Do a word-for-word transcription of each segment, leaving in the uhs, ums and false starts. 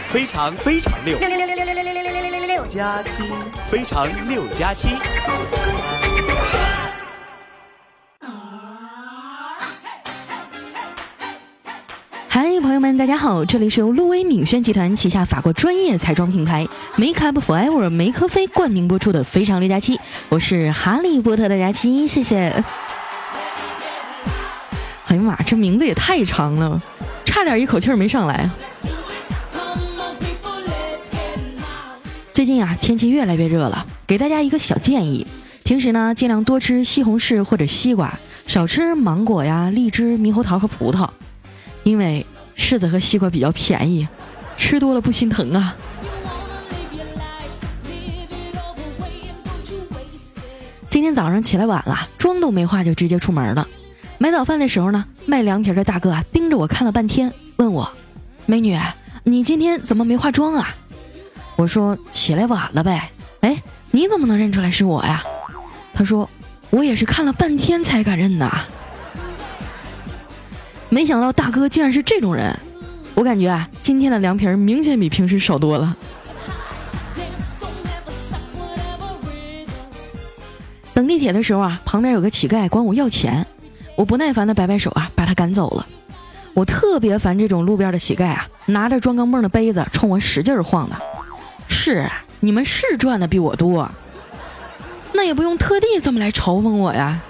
非常非常六六六六六六六六六六六六加七，非常六加七。 嗨，朋友们，大家好，这里是由陆威敏轩集团旗下法国专业彩妆品牌 Make Up Forever 梅科菲冠名播出的《非常六加七》，我是哈利波特的佳期，谢谢。哎呀妈，这名字也太长了，差点一口气儿没上来。最近啊，天气越来越热了，给大家一个小建议，平时呢尽量多吃西红柿或者西瓜，少吃芒果呀、荔枝、猕猴桃和葡萄，因为柿子和西瓜比较便宜，吃多了不心疼啊。今天早上起来晚了，妆都没化就直接出门了。买早饭的时候呢，卖凉皮的大哥啊盯着我看了半天，问我：“美女，你今天怎么没化妆啊？”我说：“起来晚了呗。”哎，你怎么能认出来是我呀？他说：“我也是看了半天才敢认呐。”没想到大哥竟然是这种人，我感觉啊，今天的凉皮儿明显比平时少多了。等地铁的时候啊，旁边有个乞丐管我要钱，我不耐烦的摆摆手啊，把他赶走了。我特别烦这种路边的乞丐啊，拿着装钢镚的杯子冲我使劲晃的。是啊，你们是赚的比我多，那也不用特地这么来嘲讽我呀。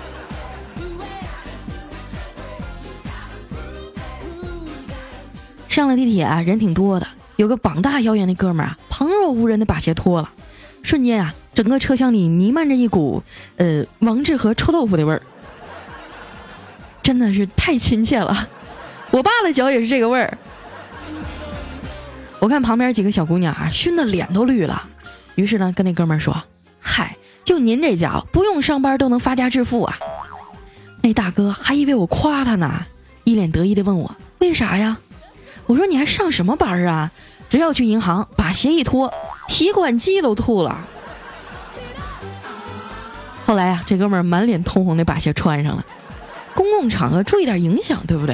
上了地铁啊，人挺多的，有个膀大腰圆的哥们儿啊，旁若无人的把鞋脱了，瞬间啊，整个车厢里弥漫着一股呃王致和臭豆腐的味儿，真的是太亲切了。我爸的脚也是这个味儿。我看旁边几个小姑娘啊，熏得脸都绿了，于是呢，跟那哥们儿说：“嗨，就您这脚，不用上班都能发家致富啊。”那大哥还以为我夸他呢，一脸得意地问我：“为啥呀？”我说：“你还上什么班啊？只要去银行，把鞋一脱，提款机都吐了。”后来啊，这哥们儿满脸通红的把鞋穿上了。公共场合注意点影响，对不对？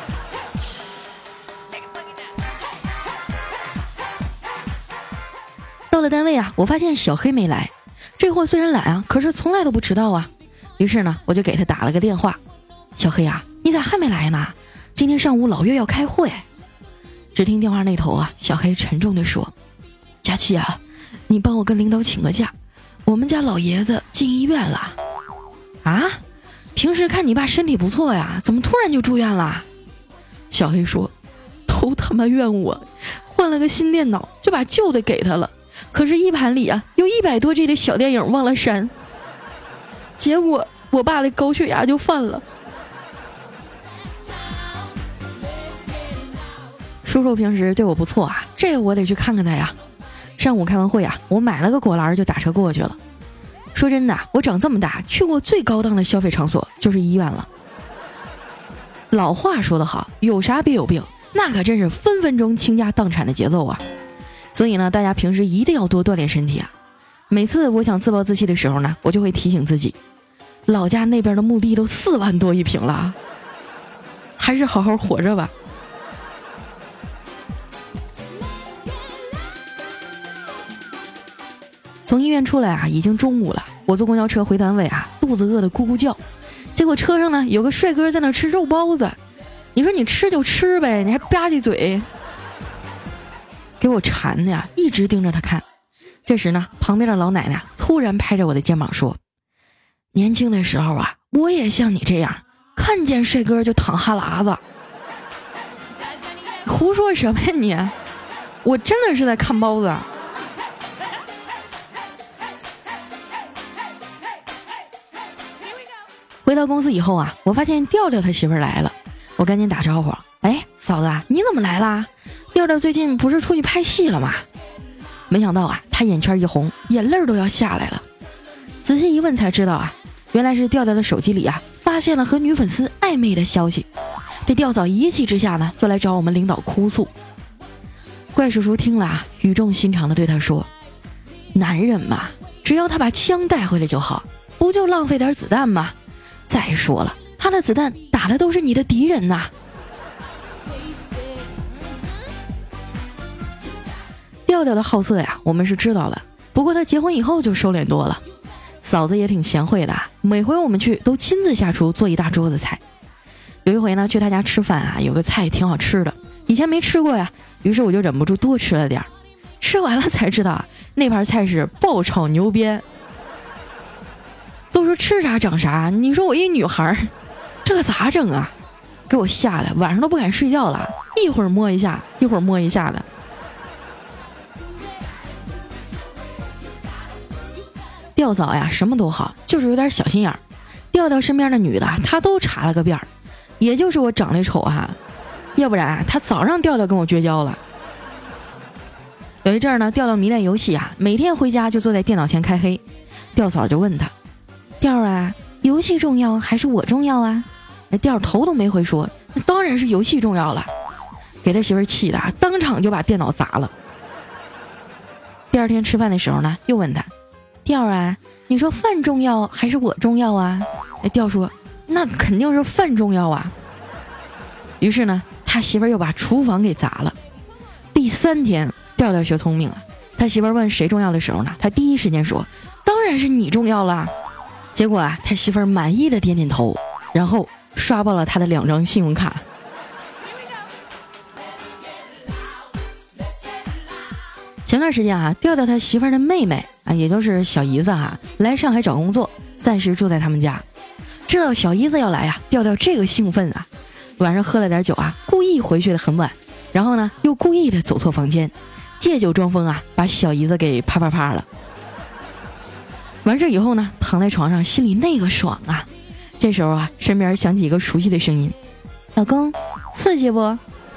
到了单位啊，我发现小黑没来。这货虽然懒啊，可是从来都不迟到啊。于是呢，我就给他打了个电话：“小黑啊，你咋还没来呢？今天上午老岳要开会。”只听电话那头啊，小黑沉重地说：“佳琪啊，你帮我跟领导请个假，我们家老爷子进医院了。”啊？平时看你爸身体不错呀，怎么突然就住院了？小黑说：“都他妈怨我，换了个新电脑就把旧的给他了，可是 E 盘里啊有一百多 G 的小电影忘了删，结果我爸的高血压就犯了。”叔叔平时对我不错啊，这我得去看看他呀。上午开完会啊，我买了个果篮就打车过去了。说真的，我长这么大去过最高档的消费场所就是医院了。老话说得好，有啥别有病，那可真是分分钟倾家荡产的节奏啊。所以呢，大家平时一定要多锻炼身体啊。每次我想自暴自弃的时候呢，我就会提醒自己，老家那边的墓地都四万多一平了，还是好好活着吧。从医院出来啊，已经中午了。我坐公交车回单位啊，肚子饿得咕咕叫。结果车上呢，有个帅哥在那吃肉包子。你说你吃就吃呗，你还吧唧嘴，给我馋的呀，一直盯着他看。这时呢，旁边的老奶奶突然拍着我的肩膀说：“年轻的时候啊，我也像你这样，看见帅哥就淌哈喇子。”胡说什么呀你？我真的是在看包子。回到公司以后啊，我发现调调他媳妇儿来了，我赶紧打招呼：“哎，嫂子，你怎么来啦？调调最近不是出去拍戏了吗？”没想到啊，他眼圈一红，眼泪都要下来了。仔细一问才知道啊，原来是调调的手机里啊发现了和女粉丝暧昧的消息。这调嫂一气之下呢，就来找我们领导哭诉。怪叔叔听了啊，语重心长地对他说：“男人嘛，只要他把枪带回来就好，不就浪费点子弹吗？再说了，他的子弹打的都是你的敌人呐。” 调调的好色呀，我们是知道了，不过他结婚以后就收敛多了。嫂子也挺贤惠的，每回我们去都亲自下厨做一大桌子菜。有一回呢，去他家吃饭啊，有个菜挺好吃的，以前没吃过呀，于是我就忍不住多吃了点儿。吃完了才知道啊，那盘菜是爆炒牛鞭。都说吃啥长啥，你说我一女孩，这个咋整啊？给我吓得晚上都不敢睡觉了，一会儿摸一下，一会儿摸一下的。调嫂呀，什么都好，就是有点小心眼儿。调调身边的女的，她都查了个遍儿，也就是我长得丑哈，要不然啊，她早让调调跟我绝交了。有一阵儿呢，调调迷恋游戏啊，每天回家就坐在电脑前开黑。调嫂就问他：“调啊，游戏重要还是我重要啊？”那调头都没回说，那当然是游戏重要了，给他媳妇儿气的，当场就把电脑砸了。第二天吃饭的时候呢，又问他：“调啊，你说饭重要还是我重要啊？”哎，调说：“那肯定是饭重要啊。”于是呢，他媳妇儿又把厨房给砸了。第三天，调调学聪明了，他媳妇儿问谁重要的时候呢，他第一时间说：“当然是你重要了。”结果啊，他媳妇儿满意的点点头，然后刷爆了他的两张信用卡。前段时间啊，调调他媳妇儿的妹妹啊，也就是小姨子哈、啊，来上海找工作，暂时住在他们家。知道小姨子要来啊，调调这个兴奋啊，晚上喝了点酒啊，故意回去的很晚，然后呢，又故意的走错房间，借酒装疯啊，把小姨子给啪啪啪了。完事以后呢，躺在床上，心里那个爽啊！这时候啊，身边响起一个熟悉的声音：“老公，刺激不？”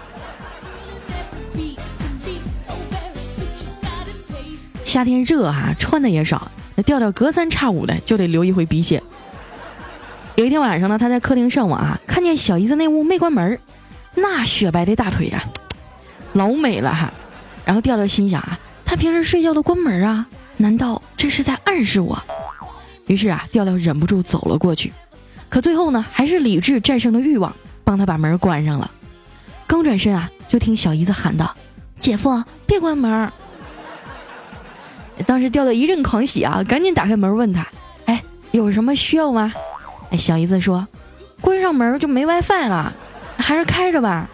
夏天热哈、啊，穿的也少，那调调隔三差五的就得流一回鼻血。有一天晚上呢，他在客厅上网啊，看见小姨子那屋没关门，那雪白的大腿啊，老美了哈。然后调调心想啊，他平时睡觉都关门啊，难道这是在暗示我？于是啊，调调忍不住走了过去。可最后呢，还是理智战胜了欲望，帮他把门关上了。刚转身啊，就听小姨子喊道：“姐夫，别关门！”当时调调一阵狂喜啊，赶紧打开门问他：“哎，有什么需要吗？”哎，小姨子说：“关上门就没 WiFi 了，还是开着吧。”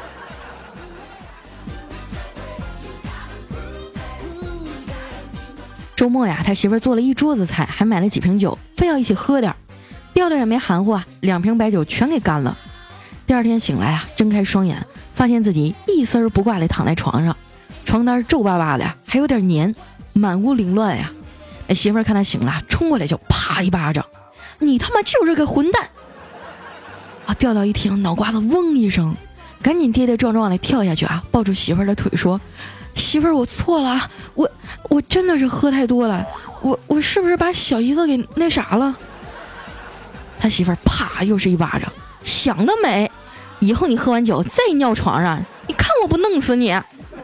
周末呀，他媳妇儿做了一桌子菜，还买了几瓶酒，非要一起喝点。调调也没含糊啊，两瓶白酒全给干了。第二天醒来啊，睁开双眼，发现自己一丝儿不挂的躺在床上，床单皱巴巴的，还有点黏，满屋凌乱呀。哎，媳妇儿看他醒了，冲过来就啪一巴掌：“你他妈就是个混蛋！”啊，调调一听，脑瓜子嗡一声，赶紧跌跌撞撞的跳下去啊，抱住媳妇儿的腿说：“媳妇儿，我错了，我我真的是喝太多了，我我是不是把小姨子给那啥了？”他媳妇儿啪又是一巴掌：“想得美！以后你喝完酒再尿床上，你看我不弄死你！”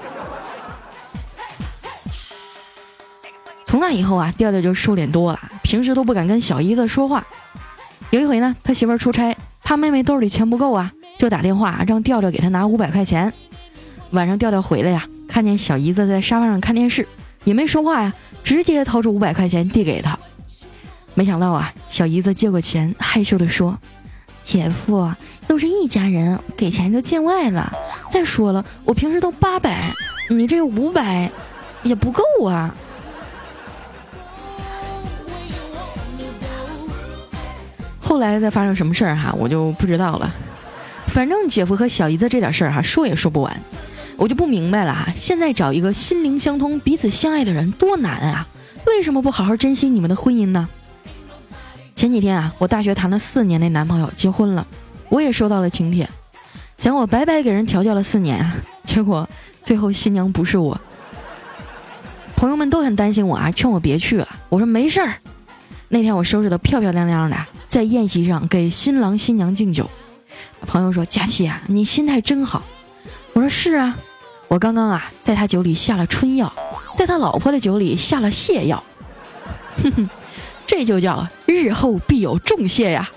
从那以后啊，调调就收敛多了，平时都不敢跟小姨子说话。有一回呢，他媳妇儿出差，怕妹妹兜里钱不够啊，就打电话让调调给他拿五百块钱。晚上调调回来呀，看见小姨子在沙发上看电视，也没说话呀，直接掏出五百块钱递给他。没想到啊，小姨子接过钱，害羞地说：“姐夫，都是一家人，给钱就见外了。再说了，我平时都八百，你这五百也不够啊。”后来再发生什么事儿哈，我就不知道了。反正姐夫和小姨子这点事儿哈，说也说不完。我就不明白了哈，现在找一个心灵相通、彼此相爱的人多难啊！为什么不好好珍惜你们的婚姻呢？前几天啊，我大学谈了四年的男朋友结婚了，我也收到了请帖，想我白白给人调教了四年啊，结果最后新娘不是我。朋友们都很担心我啊，劝我别去了。我说没事儿。那天我收拾得漂漂亮亮的，在宴席上给新郎新娘敬酒。朋友说：“佳琪啊，你心态真好。”我说：“是啊，我刚刚啊，在他酒里下了春药，在他老婆的酒里下了泻药。”哼哼，这就叫日后必有重谢呀。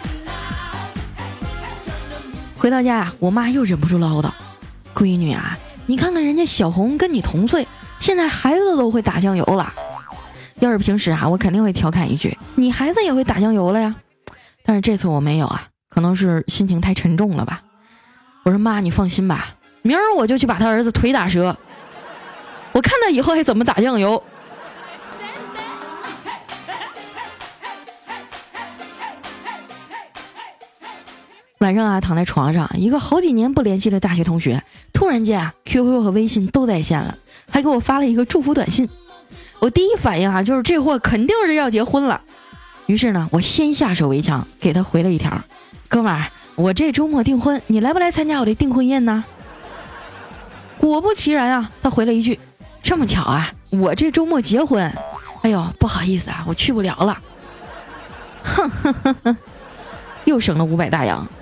回到家啊，我妈又忍不住唠叨：“闺女啊， 你看看人家小红跟你同岁，现在孩子都会打酱油了。要是平时啊，我肯定会调侃一句，你孩子也会打酱油了呀。但是这次我没有啊，可能是心情太沉重了吧。我说妈，你放心吧，明儿我就去把他儿子腿打折，我看他以后还怎么打酱油。晚上啊，躺在床上，一个好几年不联系的大学同学，突然间啊 Q Q 和微信都在线了，还给我发了一个祝福短信。我第一反应啊，就是这货肯定是要结婚了。于是呢，我先下手为强，给他回了一条：哥们儿，我这周末订婚，你来不来参加我的订婚宴呢？果不其然啊，他回了一句：这么巧啊，我这周末结婚。哎呦，不好意思啊，我去不了了。哼哼哼哼，又省了五百大洋。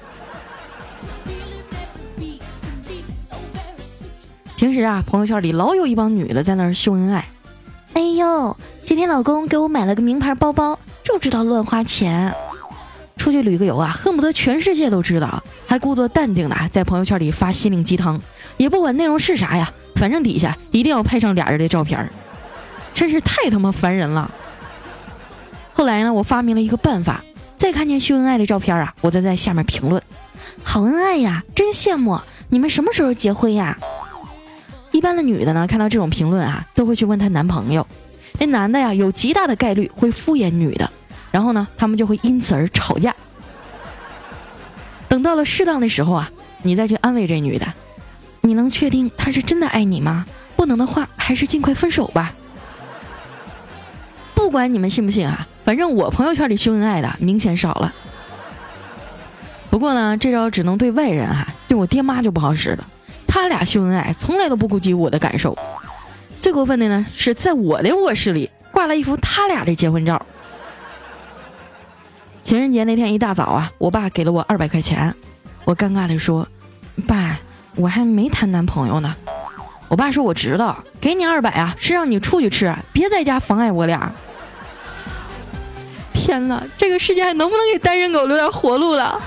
平时啊，朋友圈里老有一帮女的在那儿秀恩爱。哎呦，今天老公给我买了个名牌包包，就知道乱花钱。出去旅个游啊，恨不得全世界都知道，还故作淡定的在朋友圈里发心灵鸡汤，也不管内容是啥呀，反正底下一定要配上俩人的照片，真是太他妈烦人了。后来呢，我发明了一个办法，再看见秀恩爱的照片啊，我再在下面评论：好恩爱呀，真羡慕，你们什么时候结婚呀？一般的女的呢，看到这种评论啊，都会去问她男朋友。这男的呀，有极大的概率会敷衍女的，然后呢，他们就会因此而吵架。等到了适当的时候啊，你再去安慰这女的，你能确定他是真的爱你吗？不能的话，还是尽快分手吧。不管你们信不信啊，反正我朋友圈里秀恩爱的明显少了。不过呢，这招只能对外人啊，对我爹妈就不好使了。他俩秀恩爱从来都不顾及我的感受。最过分的呢，是在我的卧室里挂了一幅他俩的结婚照。情人节那天一大早啊，我爸给了我二百块钱，我尴尬地说：爸，我还没谈男朋友呢。我爸说：我知道，给你二百啊，是让你出去吃，别在家妨碍我俩。天哪，这个世界还能不能给单身狗留点活路了？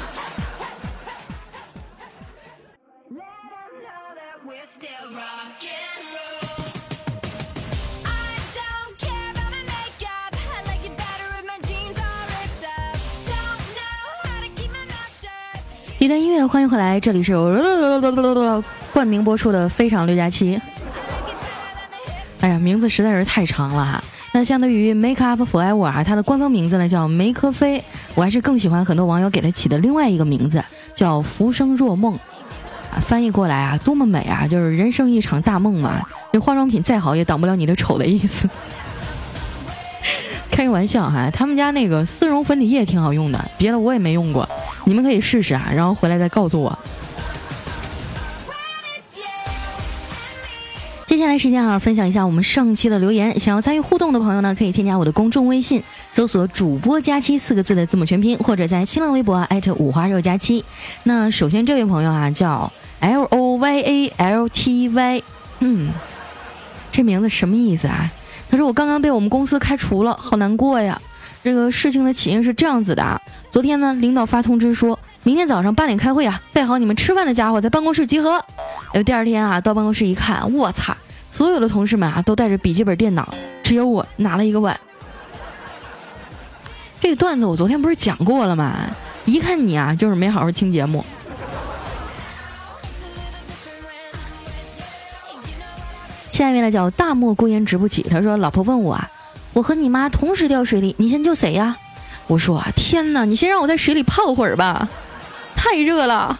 一段音乐，欢迎回来，这里是有冠名播出的非常六加七。哎呀，名字实在是太长了哈。那相对于 Make Up Forever 啊，它的官方名字呢叫梅科菲，我还是更喜欢很多网友给它起的另外一个名字叫浮生若梦。啊，翻译过来啊，多么美啊，就是人生一场大梦嘛。这化妆品再好也挡不了你的丑的意思。开个玩笑哈，他们家那个丝绒粉底液挺好用的，别的我也没用过，你们可以试试啊，然后回来再告诉我。接下来时间啊，分享一下我们上期的留言。想要参与互动的朋友呢，可以添加我的公众微信，搜索主播加七四个字的字母全拼，或者在新浪微博艾特五花肉加七。那首先这位朋友啊叫 L O Y A L T Y， 嗯，这名字什么意思啊？他说我刚刚被我们公司开除了，好难过呀。这个事情的起因是这样子的啊，昨天呢，领导发通知说，明天早上八点开会啊，带好你们吃饭的家伙在办公室集合。呃，第二天啊，到办公室一看，我操，所有的同事们啊都带着笔记本电脑，只有我拿了一个碗。这个段子我昨天不是讲过了吗？一看你啊，就是没好好听节目。下面呢叫大漠孤烟直不起，他说老婆问我啊，我和你妈同时掉水里，你先救谁呀？我说啊，天哪，你先让我在水里泡会儿吧，太热了。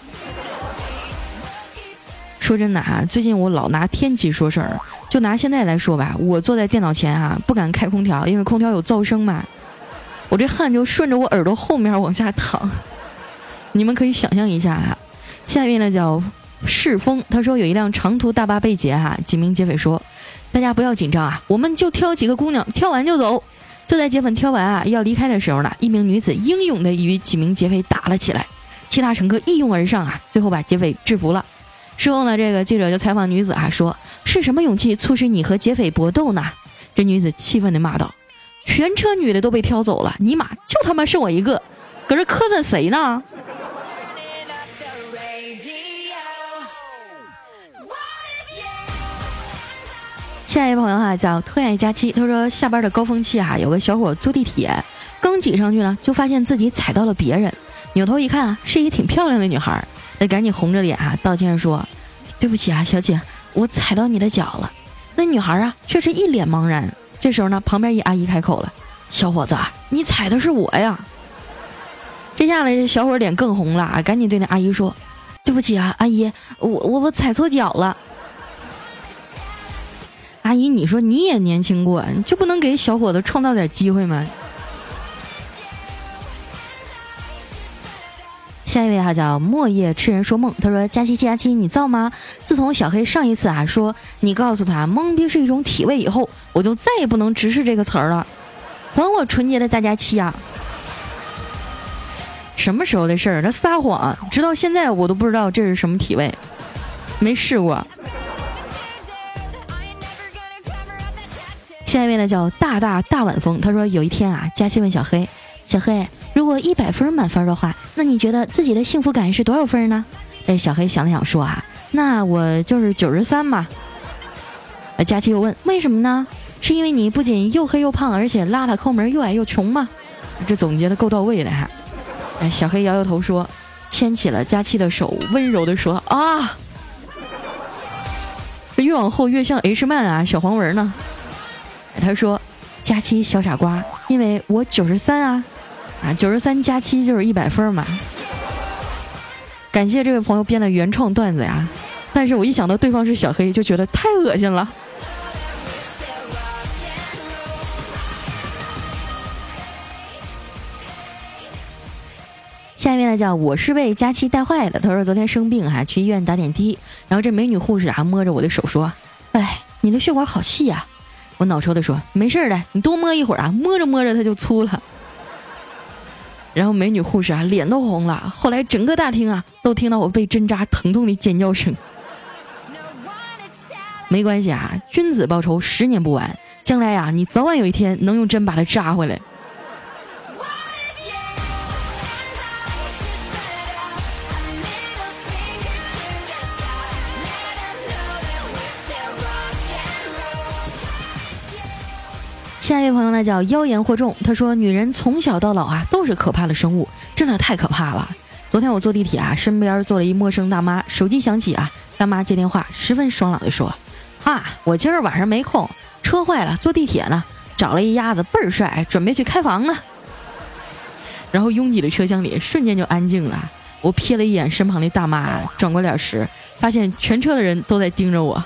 说真的啊，最近我老拿天气说事儿，就拿现在来说吧，我坐在电脑前啊，不敢开空调，因为空调有噪声嘛，我这汗就顺着我耳朵后面往下淌，你们可以想象一下啊。下面呢叫世风，他说有一辆长途大巴被劫哈、啊，几名劫匪说，大家不要紧张啊，我们就挑几个姑娘，挑完就走。就在劫匪挑完啊要离开的时候呢，一名女子英勇地与几名劫匪打了起来，其他乘客一拥而上啊，最后把劫匪制服了。事后呢，这个记者就采访女子啊，说是什么勇气促使你和劫匪搏斗呢？这女子气愤地骂道，全车女的都被挑走了，尼玛就他妈剩我一个，搁这磕碜谁呢？ 下一位朋友哈叫特爱佳期，他说下班的高峰期啊，有个小伙坐地铁，刚挤上去呢，就发现自己踩到了别人，扭头一看啊，是一挺漂亮的女孩，他赶紧红着脸啊道歉说：“对不起啊，小姐，我踩到你的脚了。”那女孩啊却是一脸茫然。这时候呢，旁边一阿姨开口了：“小伙子，你踩的是我呀。”这下来，小伙脸更红了啊，赶紧对那阿姨说：“对不起啊，阿姨，我我我踩错脚了。”阿姨，你说你也年轻过，你就不能给小伙子创造点机会吗？下一位哈叫莫夜痴人说梦，他说：“佳期佳期，你造吗？自从小黑上一次啊说你告诉他懵逼是一种体位以后，我就再也不能直视这个词儿了。还我纯洁的大佳期啊！什么时候的事儿？他撒谎，直到现在我都不知道这是什么体位，没试过。”下一位呢叫大大大晚风，他说有一天啊，佳期问小黑：“小黑，如果一百分满分的话，那你觉得自己的幸福感是多少分呢？”哎，小黑想了想说啊：“那我就是九十三嘛。”呃，佳期又问：“为什么呢？是因为你不仅又黑又胖，而且邋遢抠门又矮又穷吗？”这总结的够到位的哈。哎，小黑摇摇头说，牵起了佳期的手，温柔的说：“啊，这越往后越像 H 曼啊，小黄文呢。”他说：“佳期小傻瓜，因为我九十三啊，啊九十三加七就是一百分嘛。”感谢这位朋友编的原创段子呀，但是我一想到对方是小黑，就觉得太恶心了。下一位呢叫我是被佳期带坏的，他说昨天生病哈、啊，去医院打点滴，然后这美女护士啊摸着我的手说：“哎，你的血管好细啊。”我脑抽的说：“没事的，你多摸一会儿啊，摸着摸着它就粗了。”然后美女护士啊脸都红了，后来整个大厅啊都听到我被针扎疼痛的尖叫声。没关系啊，君子报仇十年不晚，将来啊你早晚有一天能用针把它扎回来。下一位朋友呢叫妖言惑众，他说女人从小到老啊都是可怕的生物，真的太可怕了。昨天我坐地铁啊，身边坐了一陌生大妈，手机响起啊，大妈接电话，十分爽朗的说：“哈，我今儿晚上没空，车坏了，坐地铁呢，找了一鸭子倍儿帅，准备去开房呢。”然后拥挤的车厢里瞬间就安静了，我瞥了一眼身旁的大妈，转过脸时发现全车的人都在盯着我。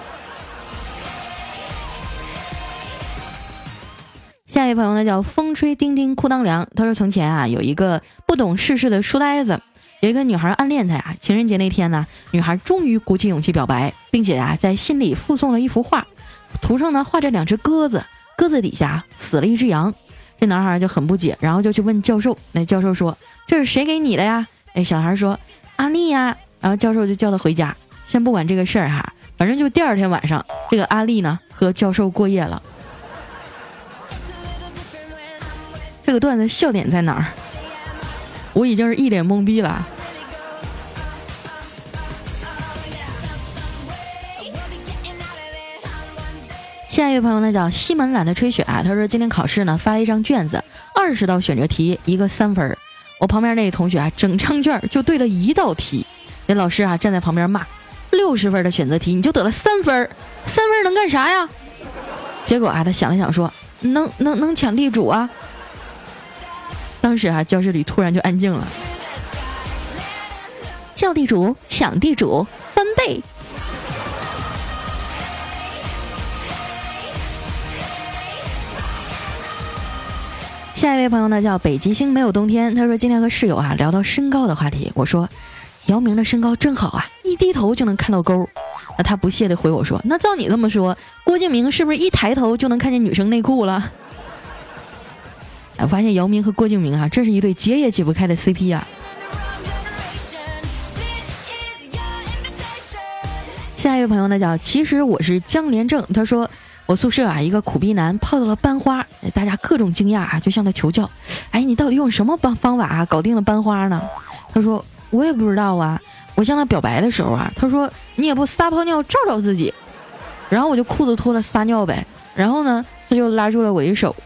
下一位朋友呢叫风吹丁丁裤裆凉，他说从前啊有一个不懂世事的书呆子，有一个女孩暗恋他呀，情人节那天呢，女孩终于鼓起勇气表白，并且啊在心里附送了一幅画，图上呢画着两只鸽子，鸽子底下死了一只羊。这男孩就很不解，然后就去问教授，那教授说：“这是谁给你的呀？”哎，小孩说：“阿丽呀。”然后教授就叫他回家，先不管这个事儿哈，反正就第二天晚上，这个阿丽呢和教授过夜了。这个段子笑点在哪儿？我已经是一脸懵逼了。下一位朋友呢叫西门懒得吹雪啊，他说今天考试呢发了一张卷子，二十道选择题，一个三分。我旁边那位同学啊，整张卷就对了一道题，那老师啊站在旁边骂：六十分的选择题你就得了三分，三分能干啥呀？结果啊他想了想说：能能能抢地主啊。当时啊，教室里突然就安静了。叫地主，抢地主，翻倍。下一位朋友呢叫北极星没有冬天，他说今天和室友啊聊到身高的话题，我说姚明的身高真好啊，一低头就能看到沟。那他不屑地回我说：“那照你这么说，郭敬明是不是一抬头就能看见女生内裤了？”我发现姚明和郭敬明啊，这是一对解也解不开的 C P 啊。下一位朋友呢叫其实我是江连正，他说我宿舍啊一个苦逼男泡到了班花，大家各种惊讶啊，就向他求教：哎，你到底用什么方方法啊搞定了班花呢？他说我也不知道啊，我向他表白的时候啊，他说你也不撒泡尿照照自己。 然后我就裤子脱了撒尿呗，然后呢他就拉住了我一手，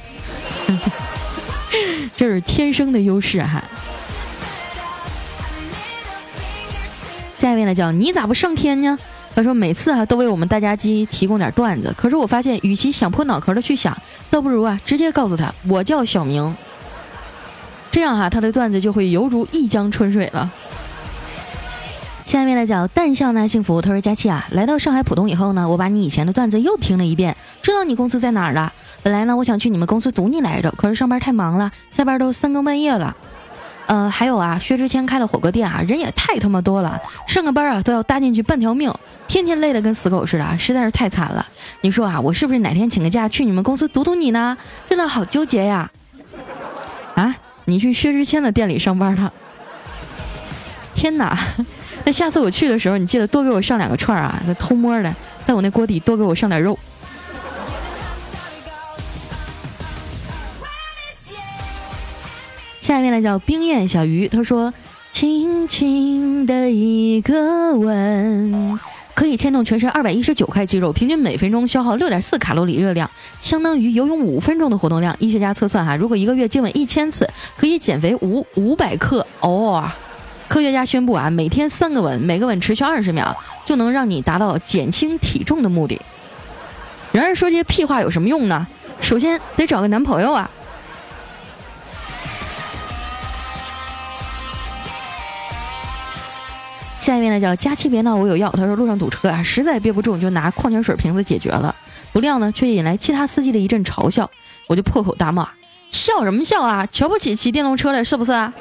这是天生的优势哈。下一位呢叫你咋不上天呢？他说每次啊都为我们大家鸡提供点段子，可是我发现与其想破脑壳的去想，倒不如啊直接告诉他我叫小明，这样哈、啊、他的段子就会犹如一江春水了。下面来讲淡笑那幸福，他说佳期啊，来到上海浦东以后呢，我把你以前的段子又听了一遍，知道你公司在哪儿了。本来呢我想去你们公司堵你来着，可是上班太忙了，下班都三更半夜了。呃，还有啊，薛之谦开的火锅店啊，人也太他妈多了，上个班啊都要搭进去半条命，天天累得跟死狗似的，实在是太惨了。你说啊，我是不是哪天请个假去你们公司堵堵你呢？真的好纠结呀！啊，你去薛之谦的店里上班了？天哪！那下次我去的时候，你记得多给我上两个串啊，那偷摸的，在我那锅底多给我上点肉。下面呢叫冰燕小鱼，他说轻轻的一个吻可以牵动全身二百一十九块肌肉，平均每分钟消耗 六点四 卡路里热量，相当于游泳五分钟的活动量。医学家测算哈，如果一个月接吻一千次，可以减肥五五百克哦。科学家宣布啊，每天三个吻，每个吻持续二十秒，就能让你达到减轻体重的目的。然而说这些屁话有什么用呢？首先得找个男朋友啊。下一位呢叫佳期别闹我有药，他说路上堵车啊，实在憋不住就拿矿泉水瓶子解决了，不料呢却引来其他司机的一阵嘲笑，我就破口大骂，笑什么笑啊，瞧不起骑电动车的是不是啊？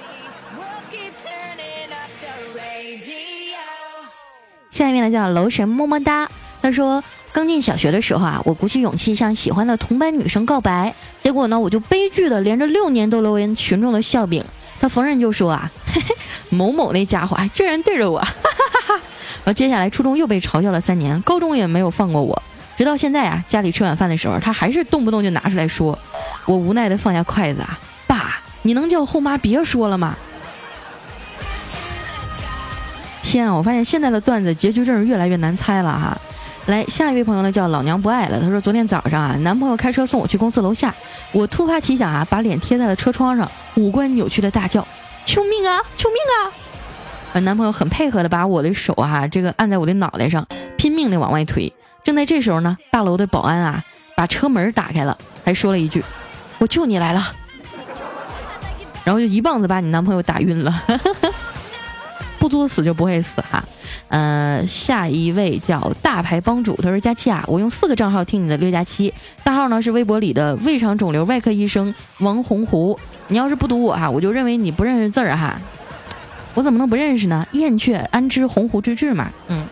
下一位呢叫楼神么么哒，他说刚进小学的时候啊，我鼓起勇气向喜欢的同班女生告白，结果呢我就悲剧的连着六年都留言群众的笑柄。他逢人就说啊，嘿嘿，某某那家伙还居然对着我，哈哈哈哈。然后接下来初中又被嘲笑了三年，高中也没有放过我，直到现在啊，家里吃晚饭的时候，他还是动不动就拿出来说。我无奈的放下筷子啊，爸，你能叫后妈别说了吗？天啊，我发现现在的段子结局真是越来越难猜了哈。来，下一位朋友呢叫老娘不爱了，他说昨天早上啊，男朋友开车送我去公司楼下，我突发奇想啊，把脸贴在了车窗上，五官扭曲的大叫救命啊救命啊！而男朋友很配合的把我的手啊这个按在我的脑袋上，拼命的往外推。正在这时候呢，大楼的保安啊把车门打开了，还说了一句我救你来了，然后就一棒子把你男朋友打晕了。不作死就不会死哈。呃，下一位叫大牌帮主，他说佳期啊，我用四个账号听你的六加七，大号呢是微博里的胃肠肿瘤外科医生王洪湖，你要是不读我哈，我就认为你不认识字儿哈。我怎么能不认识呢？燕雀安知鸿鹄之志嘛。嗯。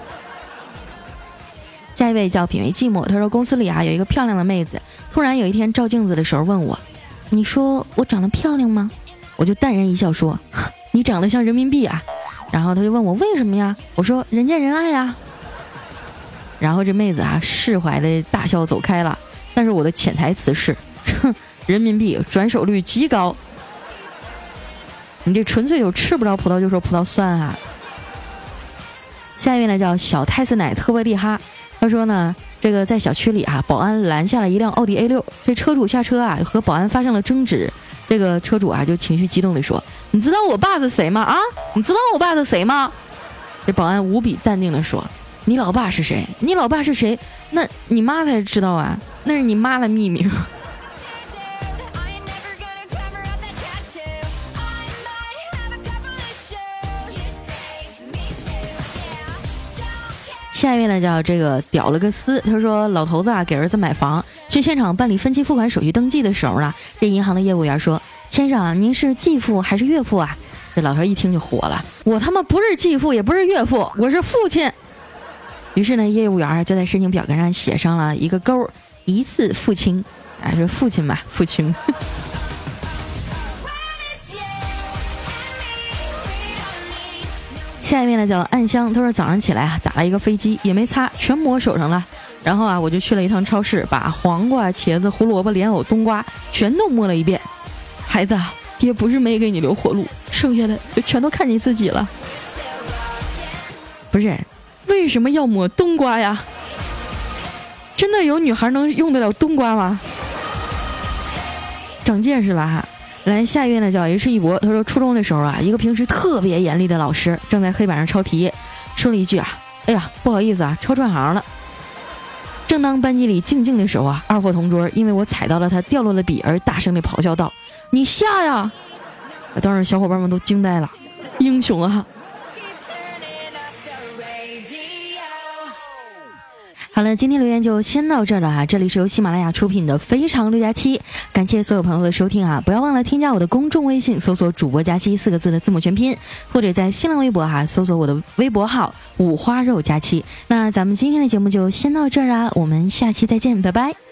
下一位叫品味寂寞，他说公司里啊有一个漂亮的妹子，突然有一天照镜子的时候问我，你说我长得漂亮吗？我就淡然一笑说，你长得像人民币啊。然后他就问我为什么呀？我说人见人爱呀。然后这妹子啊释怀的大笑走开了，但是我的潜台词是，哼，人民币转手率极高。你这纯粹有吃不着葡萄就说葡萄酸啊。下一位呢叫小泰斯奶特别利哈，他说呢，这个在小区里啊，保安拦下了一辆奥迪 A 六，这车主下车啊和保安发生了争执。这个车主啊就情绪激动地说，你知道我爸是谁吗？啊，你知道我爸是谁吗？这保安无比淡定地说，你老爸是谁？你老爸是谁？那你妈才知道啊，那是你妈的秘密。下一位呢叫这个屌了个丝，他说老头子啊给儿子买房，去现场办理分期付款手续登记的时候呢，这银行的业务员说，先生您是继父还是岳父啊？这老头一听就火了，我他妈不是继父也不是岳父，我是父亲。于是呢业务员就在申请表格上写上了一个勾，疑似父亲，啊是父亲吧，父亲。下一位呢叫暗香，他说早上起来啊打了一个飞机，也没擦，全抹手上了。然后啊我就去了一趟超市，把黄瓜、茄子、胡萝卜、莲藕、冬瓜全都摸了一遍。孩子，爹不是没给你留活路，剩下的就全都看你自己了。不是，为什么要抹冬瓜呀？ 真的有女孩能用得了冬瓜吗？长见识了哈。来，下一位呢叫 H 一博，他说初中的时候啊，一个平时特别严厉的老师正在黑板上抄题，说了一句啊，哎呀，不好意思啊，抄串行了。正当班级里静静的时候啊，二货同桌因为我踩到了他掉落的笔而大声的咆哮道：“你下呀！”当时小伙伴们都惊呆了，英雄啊！好了，今天留言就先到这儿了哈。这里是由喜马拉雅出品的《非常六加七》，感谢所有朋友的收听啊！不要忘了添加我的公众微信，搜索“主播佳期”四个字的字母全拼，或者在新浪微博哈搜索我的微博号“五花肉佳期”。那咱们今天的节目就先到这儿啦，我们下期再见，拜拜。